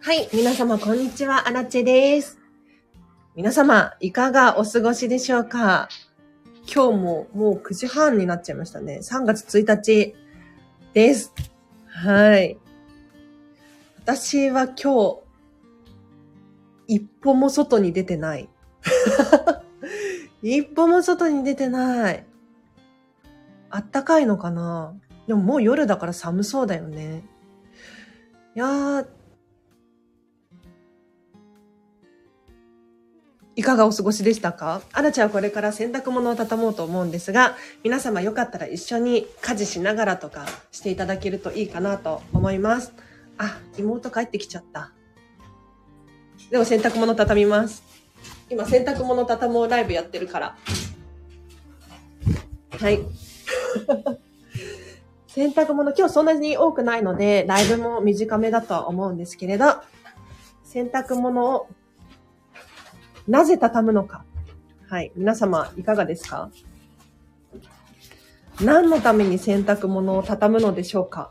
はい、皆様こんにちは、アラチェです。皆様いかがお過ごしでしょうか？今日もう9時半になっちゃいましたね。3月1日です。はい。私は今日一歩も外に出てない。一歩も外に出てない。あったかいのかな？でももう夜だから寒そうだよね。いやー、いかがお過ごしでしたか？アラチはこれから洗濯物を畳もうと思うんですが、皆様よかったら一緒に家事しながらとかしていただけるといいかなと思います。あ、妹帰ってきちゃった。でも洗濯物畳みます。今洗濯物畳もうライブやってるから。はい。洗濯物今日そんなに多くないので、ライブも短めだとは思うんですけれど、洗濯物をなぜ畳むのか。はい。皆様いかがですか？何のために洗濯物を畳むのでしょうか？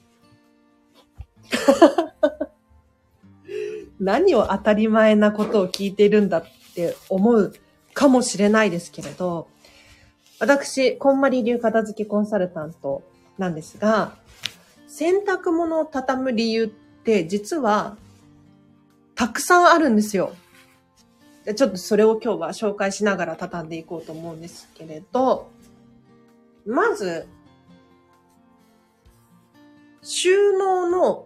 何を当たり前なことを聞いているんだって思うかもしれないですけれど、私、こんまり流片付けコンサルタントなんですが、洗濯物を畳む理由って実はたくさんあるんですよ。ちょっとそれを今日は紹介しながら畳んでいこうと思うんですけれど、まず、収納の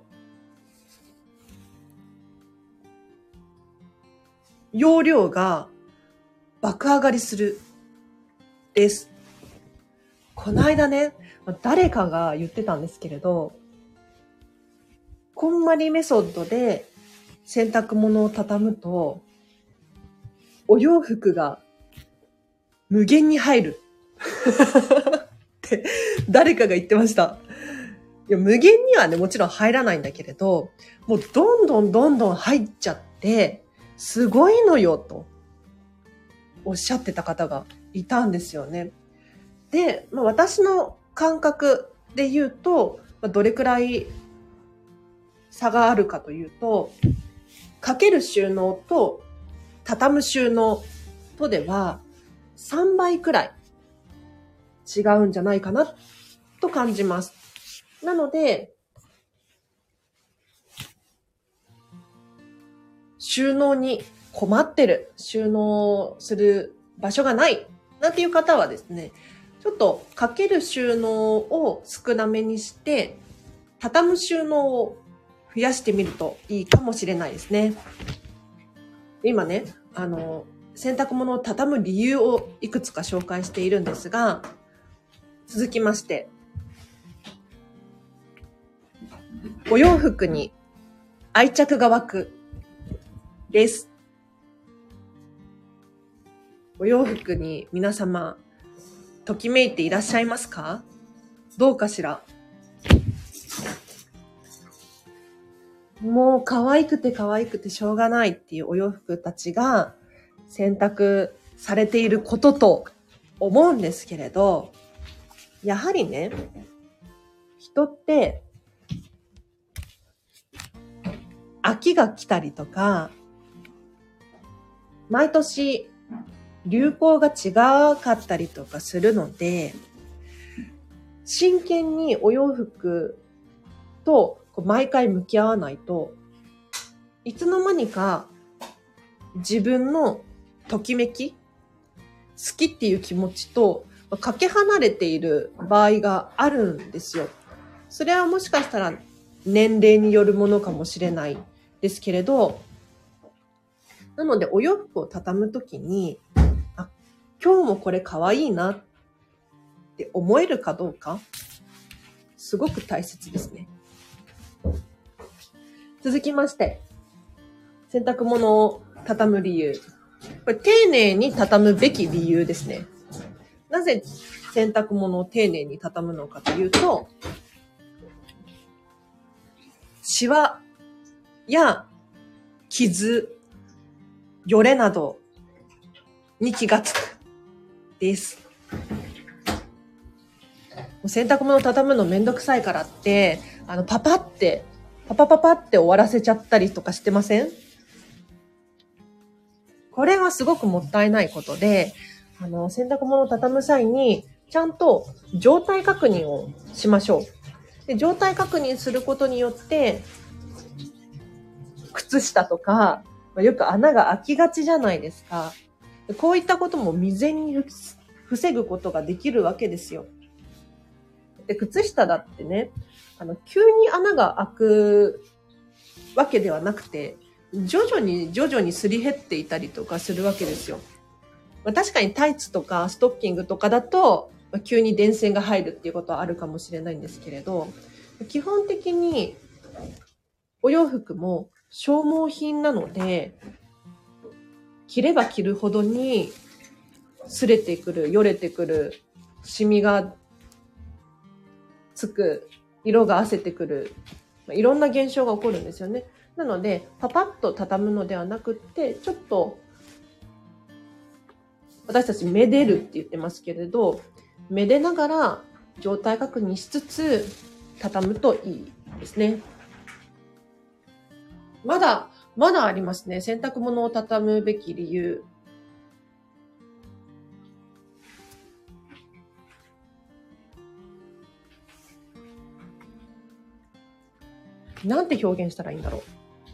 容量が爆上がりするです。この間ね、誰かが言ってたんですけれど、こんまりメソッドで洗濯物を畳むと、お洋服が無限に入るって誰かが言ってました。いや、無限にはね、もちろん入らないんだけれど、もうどんどん入っちゃって、すごいのよとおっしゃってた方がいたんですよね。で、私の感覚で言うと、どれくらい差があるかというと、かける収納と畳む収納とでは3倍くらい違うんじゃないかなと感じます。なので、収納に困ってる、収納する場所がないなんていう方はですね、ちょっとかける収納を少なめにして、畳む収納を増やしてみるといいかもしれないですね。今ね、洗濯物を畳む理由をいくつか紹介しているんですが、続きまして、お洋服に愛着が湧くです。お洋服に皆様、ときめいていらっしゃいますか？どうかしら？もう可愛くてしょうがないっていうお洋服たちが洗濯されていることと思うんですけれど、やはりね、人って秋が来たりとか、毎年流行が違かったりとかするので、真剣にお洋服と毎回向き合わないと、いつの間にか自分のときめき、好きっていう気持ちとかけ離れている場合があるんですよ。それはもしかしたら年齢によるものかもしれないですけれど、なのでお洋服を畳むときに、今日もこれ可愛いなって思えるかどうか、すごく大切ですね。続きまして、洗濯物を畳む理由。これ丁寧に畳むべき理由ですね。なぜ洗濯物を丁寧に畳むのかというと、シワや傷、よれなどに気がつくです。洗濯物を畳むのめんどくさいからって、パパってパパパパって終わらせちゃったりとかしてません？これはすごくもったいないことで、洗濯物を畳む際に、ちゃんと状態確認をしましょう。で、状態確認することによって、靴下とか、よく穴が開きがちじゃないですか。こういったことも未然に防ぐことができるわけですよ。で、靴下だってね、急に穴が開くわけではなくて、徐々にすり減っていたりとかするわけですよ。確かにタイツとかストッキングとかだと、急に電線が入るっていうことはあるかもしれないんですけれど、基本的にお洋服も消耗品なので、着れば着るほどに擦れてくる、よれてくる、シミがつく、色が褪せてくる、いろんな現象が起こるんですよね。なので、パパッと畳むのではなくって、ちょっと、私たちめでるって言ってますけれど、めでながら状態確認しつつ、畳むといいですね。まだありますね。洗濯物を畳むべき理由。なんて表現したらいいんだろう。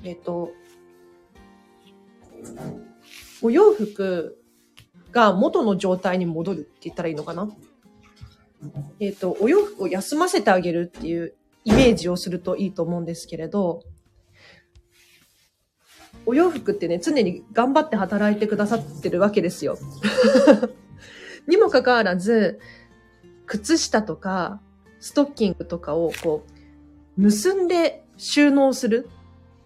お洋服が元の状態に戻るって言ったらいいのかな。お洋服を休ませてあげるっていうイメージをするといいと思うんですけれど、お洋服ってね、常に頑張って働いてくださってるわけですよ。にもかかわらず、靴下とかストッキングとかをこう、結んで収納する。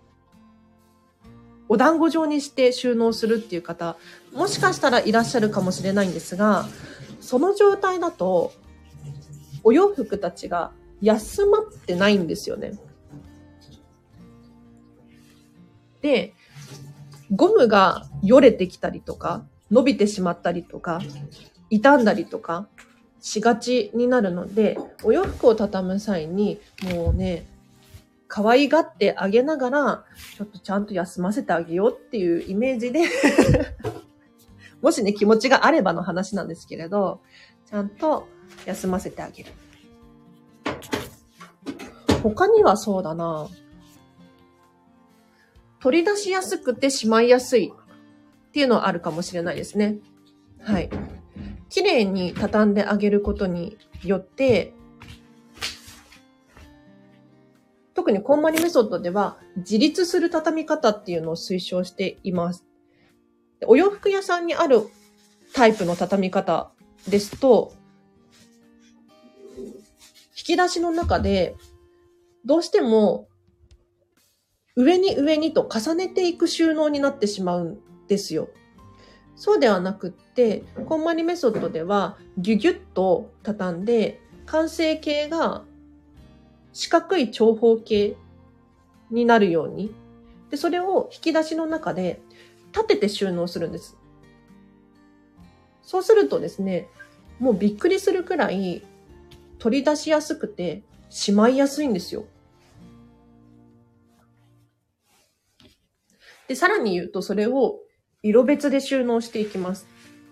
お団子状にして収納するっていう方、もしかしたらいらっしゃるかもしれないんですが、その状態だと、お洋服たちが休まってないんですよね。で、ゴムがよれてきたりとか、伸びてしまったりとか、傷んだりとかしがちになるので、お洋服を畳む際に、もうね、可愛がってあげながら、ちょっとちゃんと休ませてあげようっていうイメージで、もしね、気持ちがあればの話なんですけれど、ちゃんと休ませてあげる。他にはそうだな。取り出しやすくてしまいやすいっていうのはあるかもしれないですね。はい。綺麗に畳んであげることによって、特にこんまりメソッドでは自立する畳み方っていうのを推奨しています。お洋服屋さんにあるタイプの畳み方ですと、引き出しの中でどうしても上にと重ねていく収納になってしまうんですよ。そうではなくって、こんまりメソッドではギュギュッと畳んで、完成形が四角い長方形になるように。で、それを引き出しの中で立てて収納するんです。そうするとですね、もうびっくりするくらい取り出しやすくてしまいやすいんですよ。で、さらに言うとそれを色別で収納していきます。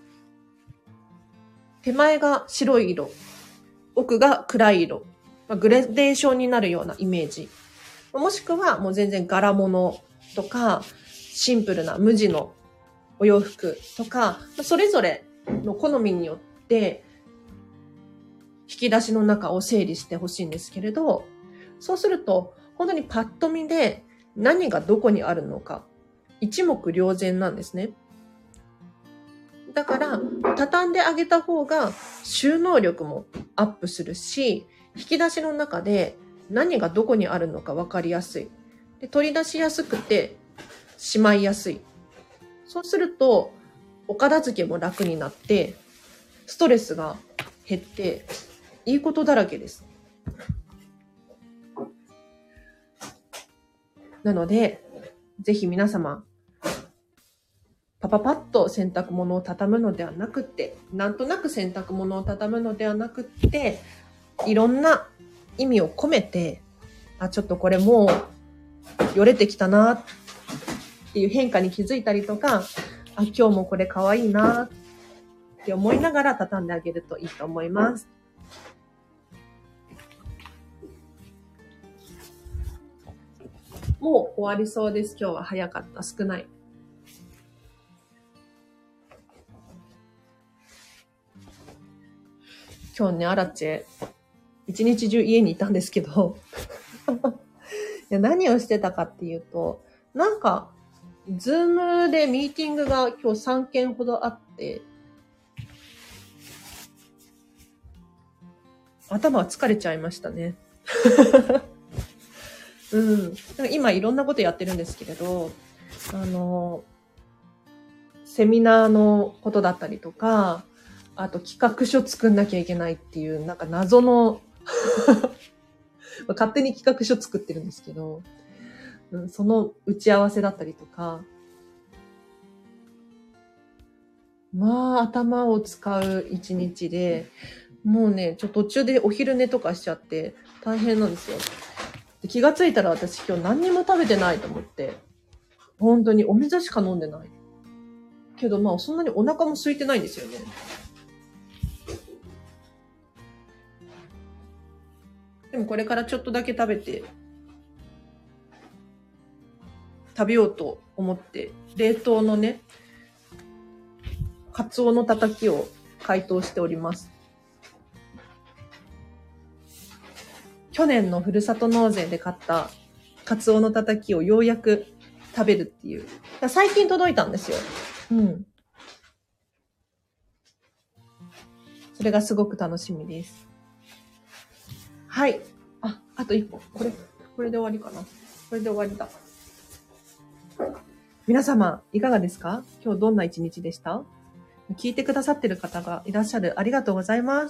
手前が白い色、奥が暗い色、グレデーションになるようなイメージ。もしくはもう全然柄物とか、シンプルな無地のお洋服とか、それぞれの好みによって引き出しの中を整理してほしいんですけれど、そうすると本当にパッと見で何がどこにあるのか一目瞭然なんですね。だから畳んであげた方が収納力もアップするし、引き出しの中で何がどこにあるのか分かりやすい。で、取り出しやすくてしまいやすい。そうするとお片付けも楽になってストレスが減っていいことだらけです。なのでぜひ皆様パパパッと洗濯物を畳むのではなくって、なんとなく洗濯物を畳むのではなくって、いろんな意味を込めて、ちょっとこれもうよれてきたなっていう変化に気づいたりとか、あ、今日もこれ可愛いなって思いながら畳んであげるといいと思います。もう終わりそうです。今日は早かった。少ない。今日ね、アラチェ、一日中家にいたんですけど、いや何をしてたかっていうと、なんか、ズームでミーティングが今日3件ほどあって、頭は疲れちゃいましたね。うん。今いろんなことやってるんですけれど、セミナーのことだったりとか、あと企画書作んなきゃいけないっていう、なんか謎の勝手に企画書作ってるんですけど、その打ち合わせだったりとか、まあ頭を使う一日で、もうね、途中でお昼寝とかしちゃって大変なんですよ。で気がついたら私今日何にも食べてないと思って、本当にお水しか飲んでない。けどまあそんなにお腹も空いてないんですよね。でもこれからちょっとだけ食べようと思って、冷凍のね、カツオのたたきを解凍しております。去年のふるさと納税で買ったカツオのたたきをようやく食べるっていう。最近届いたんですよ。うん。それがすごく楽しみです。はい。あと1個。これで終わりかな。これで終わりだ。皆様、いかがですか？今日どんな一日でした？聞いてくださってる方がいらっしゃる。ありがとうございます。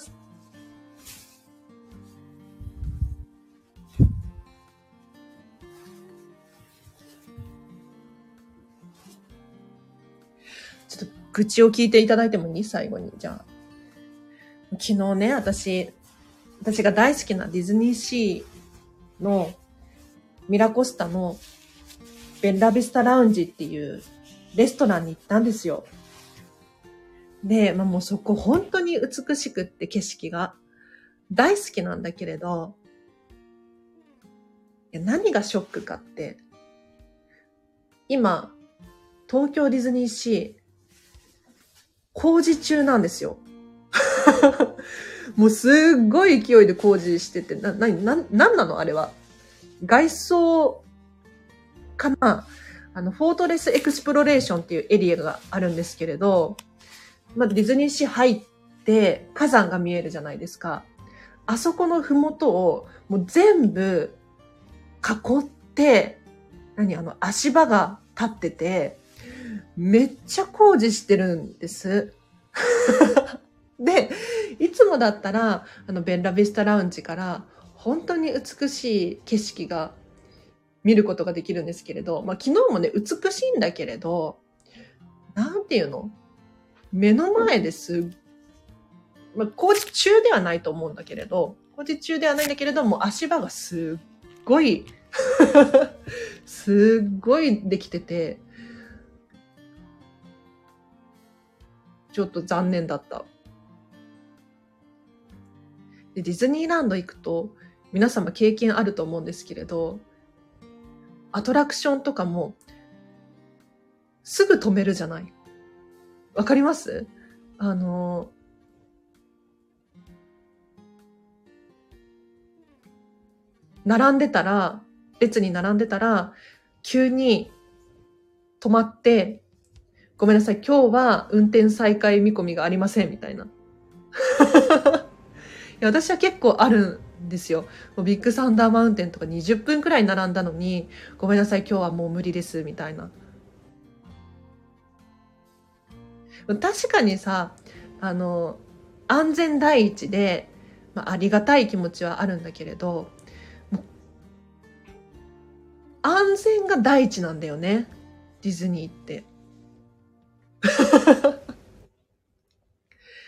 ちょっと愚痴を聞いていただいてもいい？最後に。じゃあ。昨日ね、私が大好きなディズニーシーのミラコスタのベッラビスタラウンジっていうレストランに行ったんですよ。で、もうそこ本当に美しくって景色が大好きなんだけれど、何がショックかって、今、東京ディズニーシー工事中なんですよ。もうすっごい勢いで工事してて、なんなのあれは。外装かな？フォートレスエクスプロレーションっていうエリアがあるんですけれど、ディズニーシー入って火山が見えるじゃないですか。あそこのふもとをもう全部囲って、足場が立ってて、めっちゃ工事してるんです。で、いつもだったら、ベンラビスタラウンジから本当に美しい景色が見ることができるんですけれど、昨日もね、美しいんだけれど、なんていうの？目の前です、工事中ではないと思うんだけれど、工事中ではないんだけれども、足場がすっごい、すっごいできてて、ちょっと残念だった。で、ディズニーランド行くと、皆様経験あると思うんですけれど、アトラクションとかも、すぐ止めるじゃない。わかります？列に並んでたら、急に止まって、ごめんなさい、今日は運転再開見込みがありません、みたいな。いや、私は結構あるんですよ。ビッグサンダーマウンテンとか20分くらい並んだのに、ごめんなさい、今日はもう無理です、みたいな。確かにさ、安全第一で、ありがたい気持ちはあるんだけれど、安全が第一なんだよね、ディズニーって。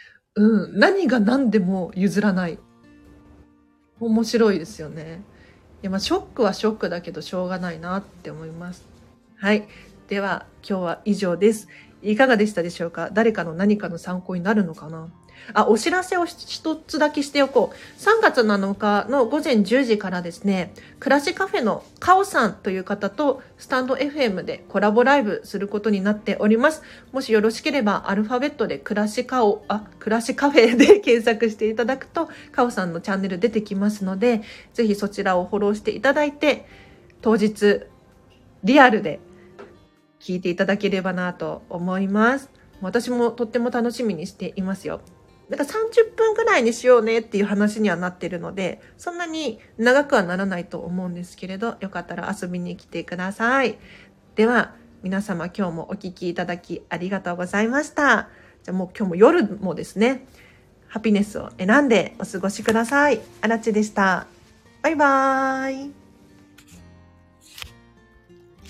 何が何でも譲らない。面白いですよね。 でショックはショックだけどしょうがないなって思います。はい。では、今日は以上です。いかがでしたでしょうか？誰かの何かの参考になるのかな？お知らせを一つだけしておこう。3月7日の午前10時からですね、暮らしカフェのカオさんという方とスタンド FM でコラボライブすることになっております。もしよろしければアルファベットで暮らしカフェで検索していただくとカオさんのチャンネル出てきますので、ぜひそちらをフォローしていただいて、当日リアルで聞いていただければなと思います。私もとっても楽しみにしていますよ。なんか30分ぐらいにしようねっていう話にはなってるので、そんなに長くはならないと思うんですけれど、よかったら遊びに来てください。では、皆様今日もお聞きいただきありがとうございました。じゃあもう今日も夜もですね、ハピネスを選んでお過ごしください。あらちでした。バイバーイ。